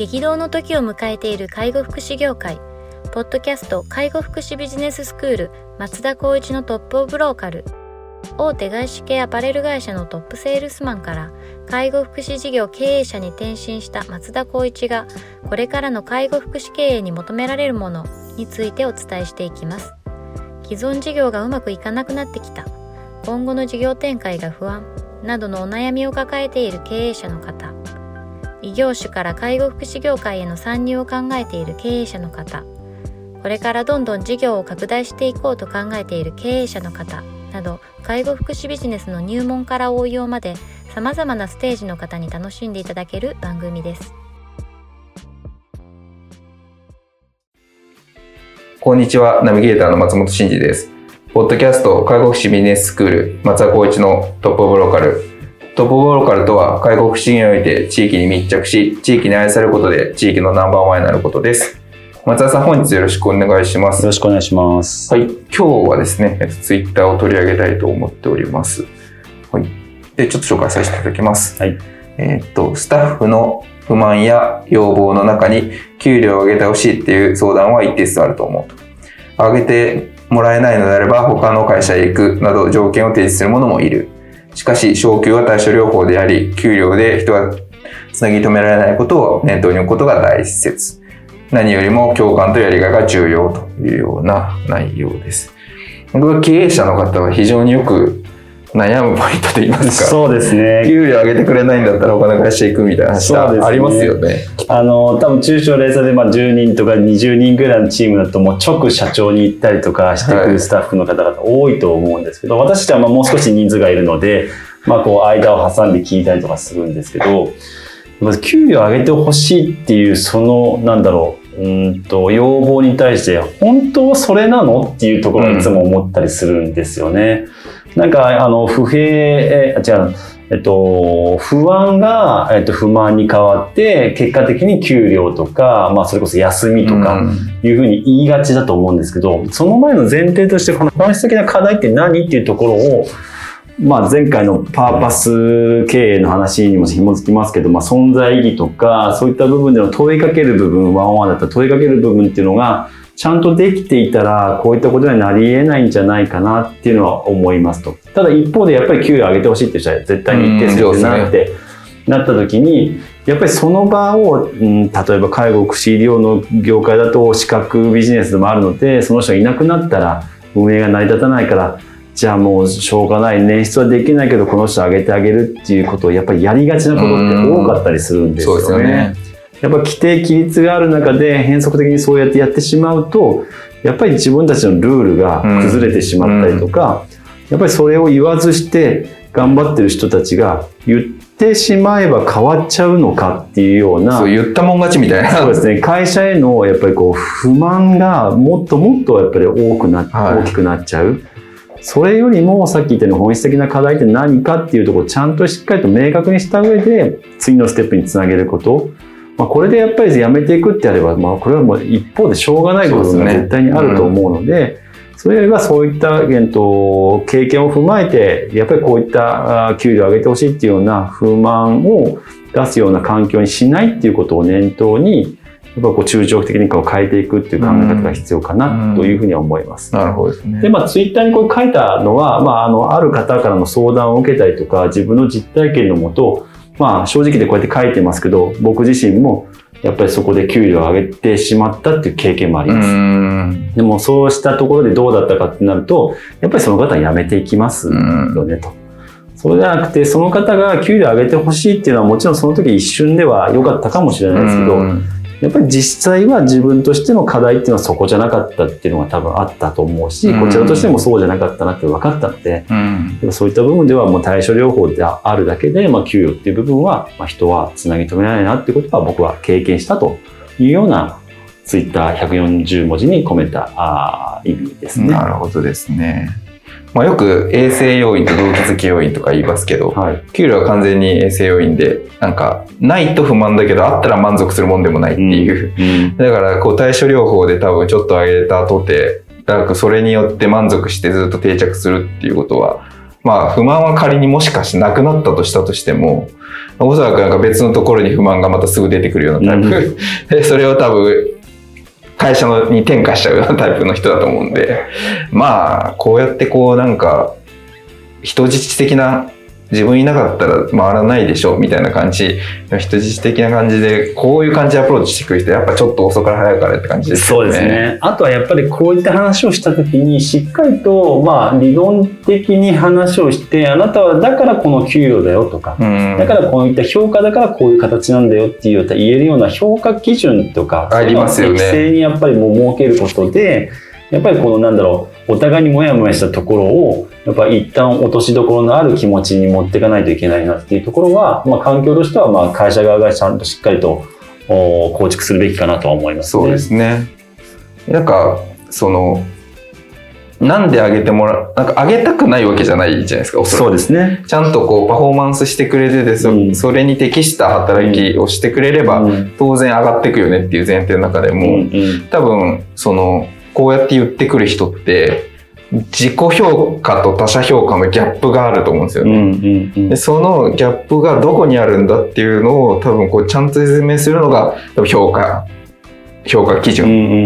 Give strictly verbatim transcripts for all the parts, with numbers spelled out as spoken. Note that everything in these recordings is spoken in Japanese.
激動の時を迎えている介護福祉業界。ポッドキャスト介護福祉ビジネススクール松田光一のトップオブローカル。大手外資系アパレル会社のトップセールスマンから介護福祉事業経営者に転身した松田光一が、これからの介護福祉経営に求められるものについてお伝えしていきます。既存事業がうまくいかなくなってきた、今後の事業展開が不安などのお悩みを抱えている経営者の方、異業種から介護福祉業界への参入を考えている経営者の方、これからどんどん事業を拡大していこうと考えている経営者の方など、介護福祉ビジネスの入門から応用まで様々なステージの方に楽しんでいただける番組です。 こんにちは、ナビゲーターの松本真二です。ポッドキャスト介護福祉ビジネススクール松田光一のトップオブローカル。トップオブローカルとは、介護福祉において地域に密着し、地域に愛されることで地域のナンバーワンになることです。松田さん、本日よろしくお願いします。 よろしくお願いします。 はい、今日はですね、ツイッターを取り上げたいと思っております。はい、でちょっと紹介させていただきます。 はい、 えー、っとスタッフの不満や要望の中に給料を上げてほしいっていう相談は一定数あると思うと。上げてもらえないのであれば他の会社へ行くなど条件を提示する者もいる。しかし昇給は対処療法であり、給料で人がつなぎ止められないことを念頭に置くことが大切。何よりも共感とやりがいが重要というような内容です。僕は経営者の方は非常によく悩むポイントといいますか。 そうですね。 給料上げてくれないんだったら他の会社行くみたいな話がありますよね。 あの多分中小零細でまあじゅうにんとかにじゅうにんぐらいのチームだともう直社長に行ったりとかしてくるスタッフの方々多いと思うんですけど、はい、私たちはまあもう少し人数がいるので、まあ、こう間を挟んで聞いたりとかするんですけど、まず給料上げてほしいっていうそのなんだろううんと要望に対して本当はそれなのっていうところをいつも思ったりするんですよね。うん、なんかあの不平え違うえっと不安がえっと不満に変わって結果的に給料とかまあそれこそ休みとかいうふうに言いがちだと思うんですけど、その前の前提としてこの本質的な課題って何っていうところをまあ、前回のパーパス経営の話にも紐づきますけど、まあ、存在意義とかそういった部分での問いかける部分、ワンオンワンだったら問いかける部分っていうのがちゃんとできていたらこういったことにはなり得ないんじゃないかなっていうのは思いますと。ただ一方でやっぱり給料上げてほしいっていう人は絶対に一定数でなって、なった時にやっぱりその場を、うん、例えば介護福祉医療の業界だと資格ビジネスでもあるので、その人がいなくなったら運営が成り立たないからじゃあもうしょうがない、捻出はできないけどこの人を上げてあげるっていうことをやっぱりやりがちなことって多かったりするんですよね。そうですよね。やっぱ規定規律がある中で変則的にそうやってやってしまうとやっぱり自分たちのルールが崩れてしまったりとか、やっぱりそれを言わずして頑張ってる人たちが言ってしまえば変わっちゃうのかっていうような、 そう言ったもん勝ちみたいな。 そうですね。会社へのやっぱりこう不満がもっともっとやっぱり多くな、はい、大きくなっちゃう。それよりもさっき言ったように本質的な課題って何かっていうところをちゃんとしっかりと明確にした上で次のステップにつなげること、まあ、これでやっぱりやめていくってやれば、まあ、これはもう一方でしょうがないことが絶対にあると思うので、それよりはそういった、えっと、経験を踏まえてやっぱりこういった給料を上げてほしいっていうような不満を出すような環境にしないっていうことを念頭にやっぱこう中長期的にこう変えていくっていう考え方が必要かなというふうには思います。 うんうん、なるほどですね。 で、まあツイッターにこう書いたのは、まああのある方からの相談を受けたりとか自分の実体験のもと、まあ正直でこうやって書いてますけど、僕自身もやっぱりそこで給料を上げてしまったっていう経験もあります。うんでもそうしたところでどうだったかってなると、やっぱりその方は辞めていきますよねと。そうじゃなくてその方が給料を上げてほしいっていうのはもちろんその時一瞬では良かったかもしれないですけど。やっぱり実際は自分としての課題っていうのはそこじゃなかったっていうのが多分あったと思うし、こちらとしてもそうじゃなかったなって分かったので、うん、そういった部分ではもう対処療法であるだけで、まあ、給与っていう部分は、まあ、人はつなぎ止められないなっていうことは僕は経験したというようなツイッターひゃくよんじゅうもじに込めたあ意味ですね。 なるほどですね。まあ、よく衛生要因と動機づけ要因とか言いますけど、はい、給料は完全に衛生要因でなんかないと不満だけどあったら満足するもんでもないっていう、うんうん、だからこう対処療法で多分ちょっと上げたとてだからそれによって満足してずっと定着するっていうことはまあ不満は仮にもしかしてなくなったとしたとしても、おそらくなんか別のところに不満がまたすぐ出てくるようなタイプ、うん、でそれを多分会社のに転嫁しちゃうようなタイプの人だと思うんで、まあこうやってこうなんか人質的な、自分いなかったら回らないでしょみたいな感じ、人質的な感じでこういう感じでアプローチしてくる人、やっぱちょっと遅から早からって感じですよね。 そうですね。あとはやっぱりこういった話をした時にしっかりとまあ理論的に話をして、あなたはだからこの給料だよとか、うん、だからこういった評価だからこういう形なんだよっていうような言えるような評価基準とか、 ありますよね。 適正にやっぱりもう設けることで、やっぱりこのなんだろう、お互いにモヤモヤしたところをやっぱり一旦落としどころのある気持ちに持っていかないといけないなっていうところは、まあ、環境としてはまあ会社側がちゃんとしっかりと構築するべきかなとは思いますね。 そうですね。なんかそのなんで上げてもらう、なんか上げたくないわけじゃないじゃないですか。おそらくそうですね。 ちゃんとこうパフォーマンスしてくれてて、そ、うん、それに適した働きをしてくれれば、うん、当然上がっていくよねっていう前提の中でも、うんうん、多分そのこうやって言ってくる人って自己評価と他者評価のギャップがあると思うんですよね、うんうんうん、でそのギャップがどこにあるんだっていうのを多分こうちゃんと説明するのが多分評価評価基準、うんうんうん、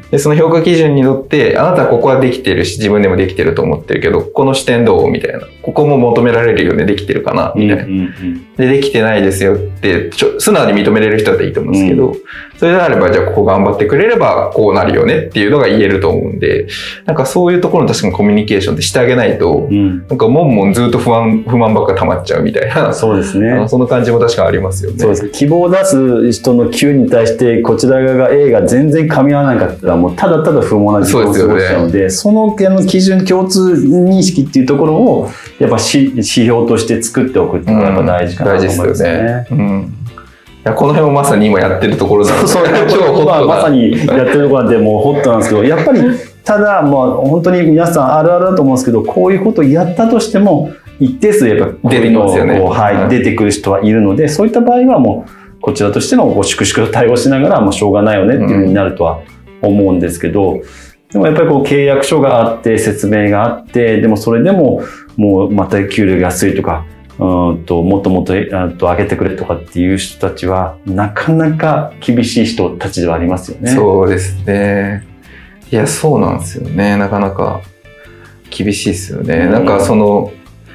でその評価基準によってあなたはここはできてるし自分でもできてると思ってるけどこの視点どうみたいな、ここも求められるよね、できてるかなみたいな、うんうんうん、でできてないですよってちょ素直に認めれる人だったらいいと思うんですけど、うん、それであればじゃあここ頑張ってくれればこうなるよねっていうのが言えると思うんで、なんかそういうところの確かにコミュニケーションってしてあげないと、うん、なんかもんもんずっと不安不満ばっか溜まっちゃうみたいな、 そうですね、 その感じも確かありますよね。 そうです。希望を出す人の Q に対してこちら側が A が全然噛み合わなかったらもうただただ不毛な時間を過ごしちゃうので、その基準基認識っていうところをやっぱ指標として作っておくっていうのがやっぱ大事かなと思いますね。うん、大事ですよね。うん、いやこの辺もまさに今やってるところなので、 そうそうまあ、まさにやってるところなんでもうホットなんですけど、やっぱりただまあ本当に皆さんあるあるだと思うんですけど、こういうことをやったとしても一定数やっぱ出てきますよね。 はい、出てくる人はいるので、そういった場合はもうこちらとしてのこう粛々と対応しながらもうしょうがないよねっていうふうになるとは思うんですけど、うん、でもやっぱりこう契約書があって説明があって、でもそれでももうまた給料が安いとか、うんともっともっと上げてくれとかっていう人たちはなかなか厳しい人たちではありますよね。 そうですね。いやそうなんですよね。なかなか厳しいですよね。うん、なんかその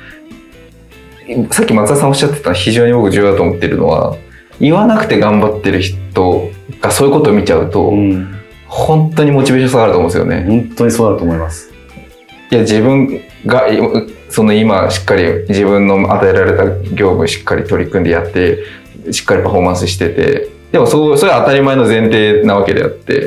さっき松田さんおっしゃってた非常に僕重要だと思ってるのは、言わなくて頑張ってる人がそういうことを見ちゃうと、うん、本当にモチベーション下がると思うんですよね。 本当にそうだと思います。 いや自分がその今しっかり自分の与えられた業務しっかり取り組んでやってしっかりパフォーマンスしてて、でもそうそれは当たり前の前提なわけであって、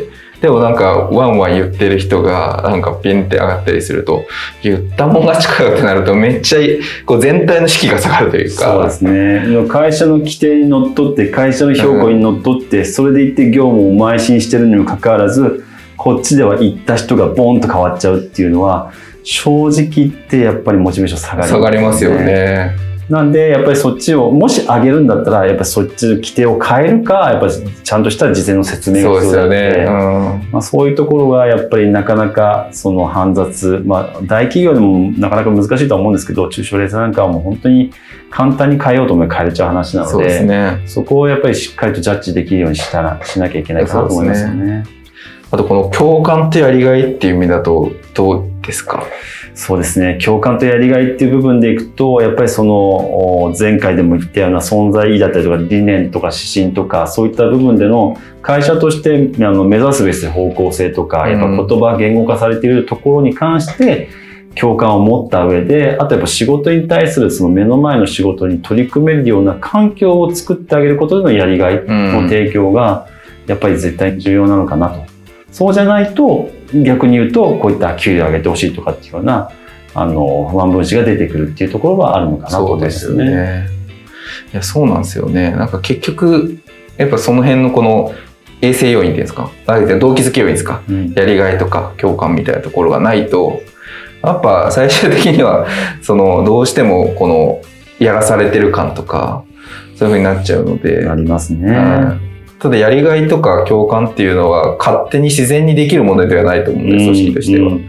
でもなんかワンワン言ってる人がなんかピンって上がったりすると、言ったもん勝ちかよってなるとめっちゃこう全体の士気が下がるというか。 そうですね。会社の規定にのっとって会社の評価にのっとって、うん、それでいって業務を邁進してるにもかかわらず、こっちでは行った人がボーンと変わっちゃうっていうのは正直言ってやっぱりモチベーション下がりますね。 下がりますよね。 なんでやっぱりそっちをもし上げるんだったらやっぱりそっちの規定を変えるか、やっぱりちゃんとした事前の説明が必要なので、そうですよね。うん、まあ、そういうところがやっぱりなかなかその煩雑、まあ、大企業でもなかなか難しいとは思うんですけど、中小零細なんかはもう本当に簡単に変えようと思えば変えれちゃう話なので、 そうですね、そこをやっぱりしっかりとジャッジできるようにしたらしなきゃいけないかなと思いますよね。 あとこの共感とやりがいっていう意味だとどうですか？ そうですね。共感とやりがいっていう部分でいくと、やっぱりその前回でも言ったような存在意義だったりとか理念とか指針とかそういった部分での会社としてあの目指すべき方向性とか、やっぱ言葉言語化されているところに関して共感を持った上で、あとやっぱ仕事に対するその目の前の仕事に取り組めるような環境を作ってあげることでのやりがいの提供がやっぱり絶対に重要なのかなと。そうじゃないと逆に言うとこういった給料上げてほしいとかっていうようなあの不安分子が出てくるっていうところはあるのかなと思いますよね。そうですよね。 いやそうなんですよね。なんか結局やっぱその辺のこの衛生要因っていうんですか、動機づけ要因ですか、うん、やりがいとか共感みたいなところがないとやっぱ最終的にはそのどうしてもこのやらされてる感とかそういう風になっちゃうので。 ありますね。 うんただやりがいとか共感っていうのは勝手に自然にできるものではないと思うんで、組織としては。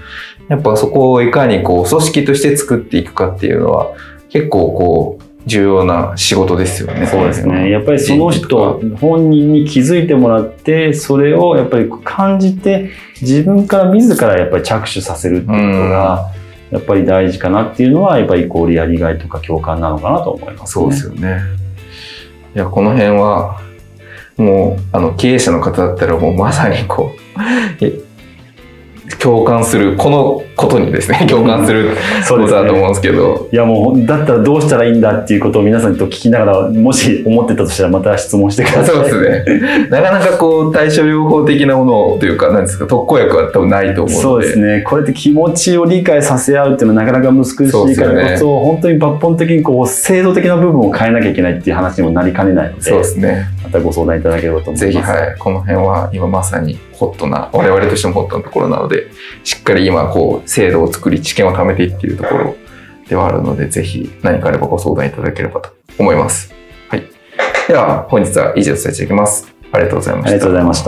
やっぱそこをいかにこう組織として作っていくかっていうのは結構こう重要な仕事ですよね。 そうですね。やっぱりその人本人に気づいてもらって、それをやっぱり感じて自分から自らやっぱり着手させるっていうのがやっぱり大事かなっていうのは、やっぱりイコールやりがいとか共感なのかなと思いますね。 そうですよね。いや、この辺はもうあの経営者の方だったらもうまさにこう共感するこのことにですね共感することだと思うんですけど、 いやもうだったらどうしたらいいんだっていうことを皆さんと聞きながら、もし思ってたとしたらまた質問してください。 そうですね。なかなかこう対処療法的なものというか、なんですか、特効薬は多分ないと思うので。 そうですね。これって気持ちを理解させ合うっていうのはなかなか難しいからこそ、そ、本当に抜本的にこう制度的な部分を変えなきゃいけないっていう話にもなりかねないので、 そうですね。 またご相談いただければと思います。 ぜひ、はい、この辺は今まさにホットな、我々としてもホットなところなので、しっかり今こう制度を作り知見を貯めていっているところではあるので、ぜひ何かあればご相談いただければと思います。はい。では本日は以上させていただきます。ありがとうございました。 ありがとうございました。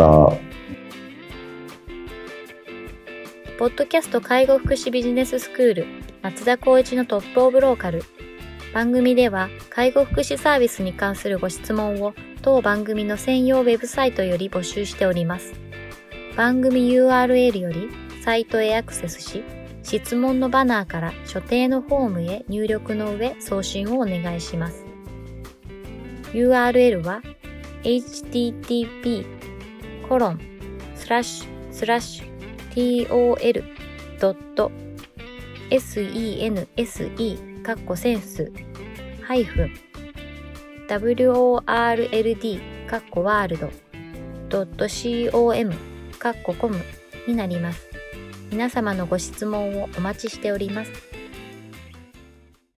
ポッドキャスト介護福祉ビジネススクール松田光一のトップオブローカル。番組では介護福祉サービスに関するご質問を当番組の専用ウェブサイトより募集しております。番組 ユーアールエル よりサイトへアクセスし、質問のバナーから所定のフォームへ入力の上送信をお願いします。ユーアールエル は エイチティーティーピーコロンスラッシュスラッシュ tol ドット sense カッコセンスハイフン world カッコワールドドット com カッココムになります。皆様のご質問をお待ちしております。